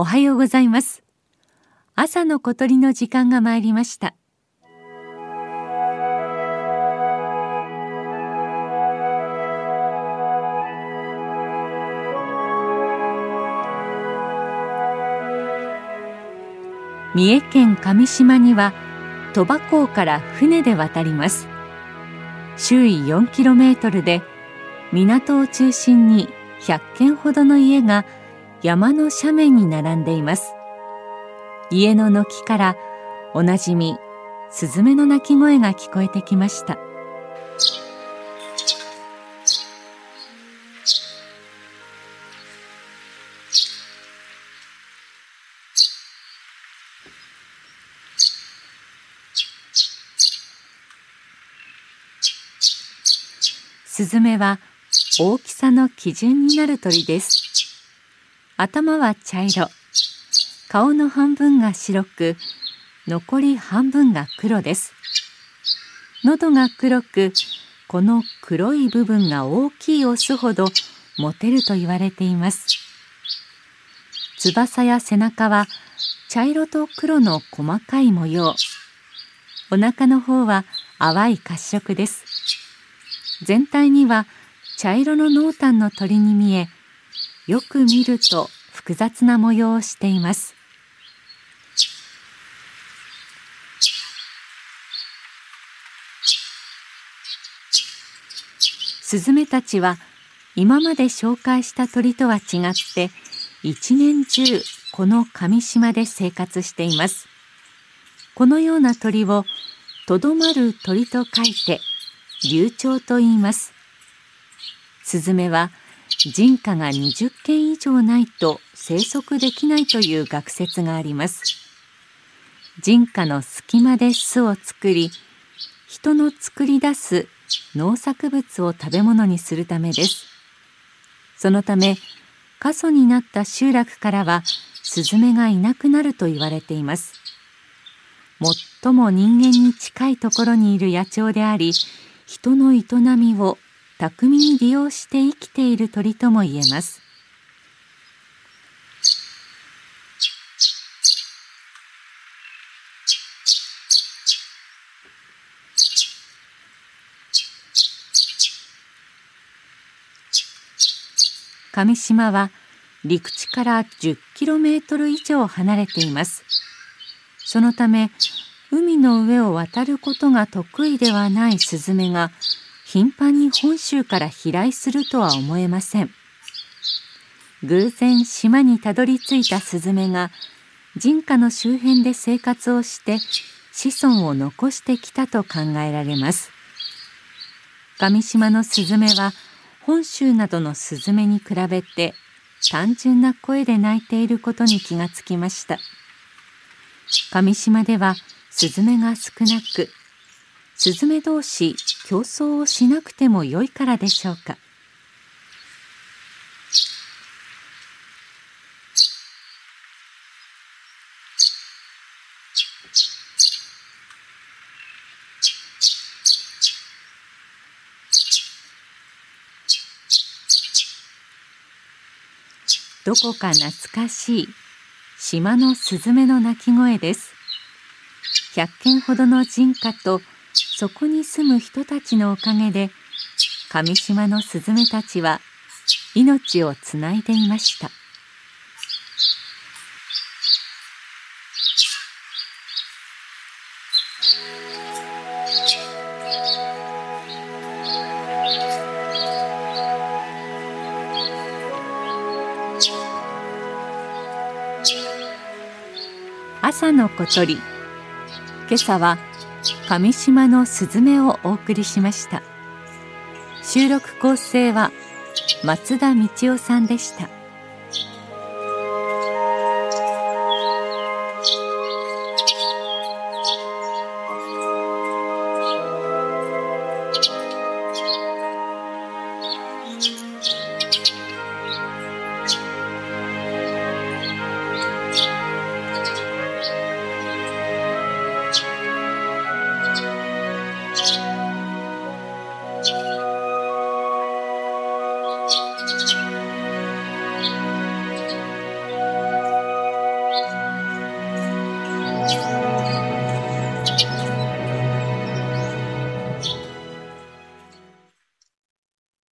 おはようございます。朝の小鳥の時間が参りました。三重県上島には鳥羽港から船で渡ります。周囲 4km で港を中心に100軒ほどの家が山の斜面に並んでいます。家の軒からおなじみスズメの鳴き声が聞こえてきました。スズメは大きさの基準になる鳥です。頭は茶色、顔の半分が白く、残り半分が黒です。喉が黒く、この黒い部分が大きいオスほどモテると言われています。翼や背中は茶色と黒の細かい模様。お腹の方は淡い褐色です。全体には茶色の濃淡の鳥に見え、よく見ると複雑な模様をしています。スズメたちは今まで紹介した鳥とは違って一年中この上島で生活しています。このような鳥をとどまる鳥と書いて留鳥と言います。スズメは人家が20軒以上ないと生息できないという学説があります。人家の隙間で巣を作り、人の作り出す農作物を食べ物にするためです。そのため過疎になった集落からはスズメがいなくなると言われています。最も人間に近いところにいる野鳥であり、人の営みを巧みに利用して生きている鳥とも言えます。上島は陸地から 10km 以上離れています。そのため海の上を渡ることが得意ではないスズメが頻繁に本州から飛来するとは思えません。偶然島にたどり着いたスズメが人家の周辺で生活をして子孫を残してきたと考えられます。上島のスズメは本州などのスズメに比べて単純な声で鳴いていることに気がつきました。上島ではスズメが少なく、スズメ同士競争をしなくてもよいからでしょうか。どこか懐かしい島のスズメの鳴き声です。100軒ほどの人家とそこに住む人たちのおかげで上島のスズメたちは命をつないでいました。朝の小鳥。今朝は上島のスズメをお送りしました。収録構成は松田道夫さんでした。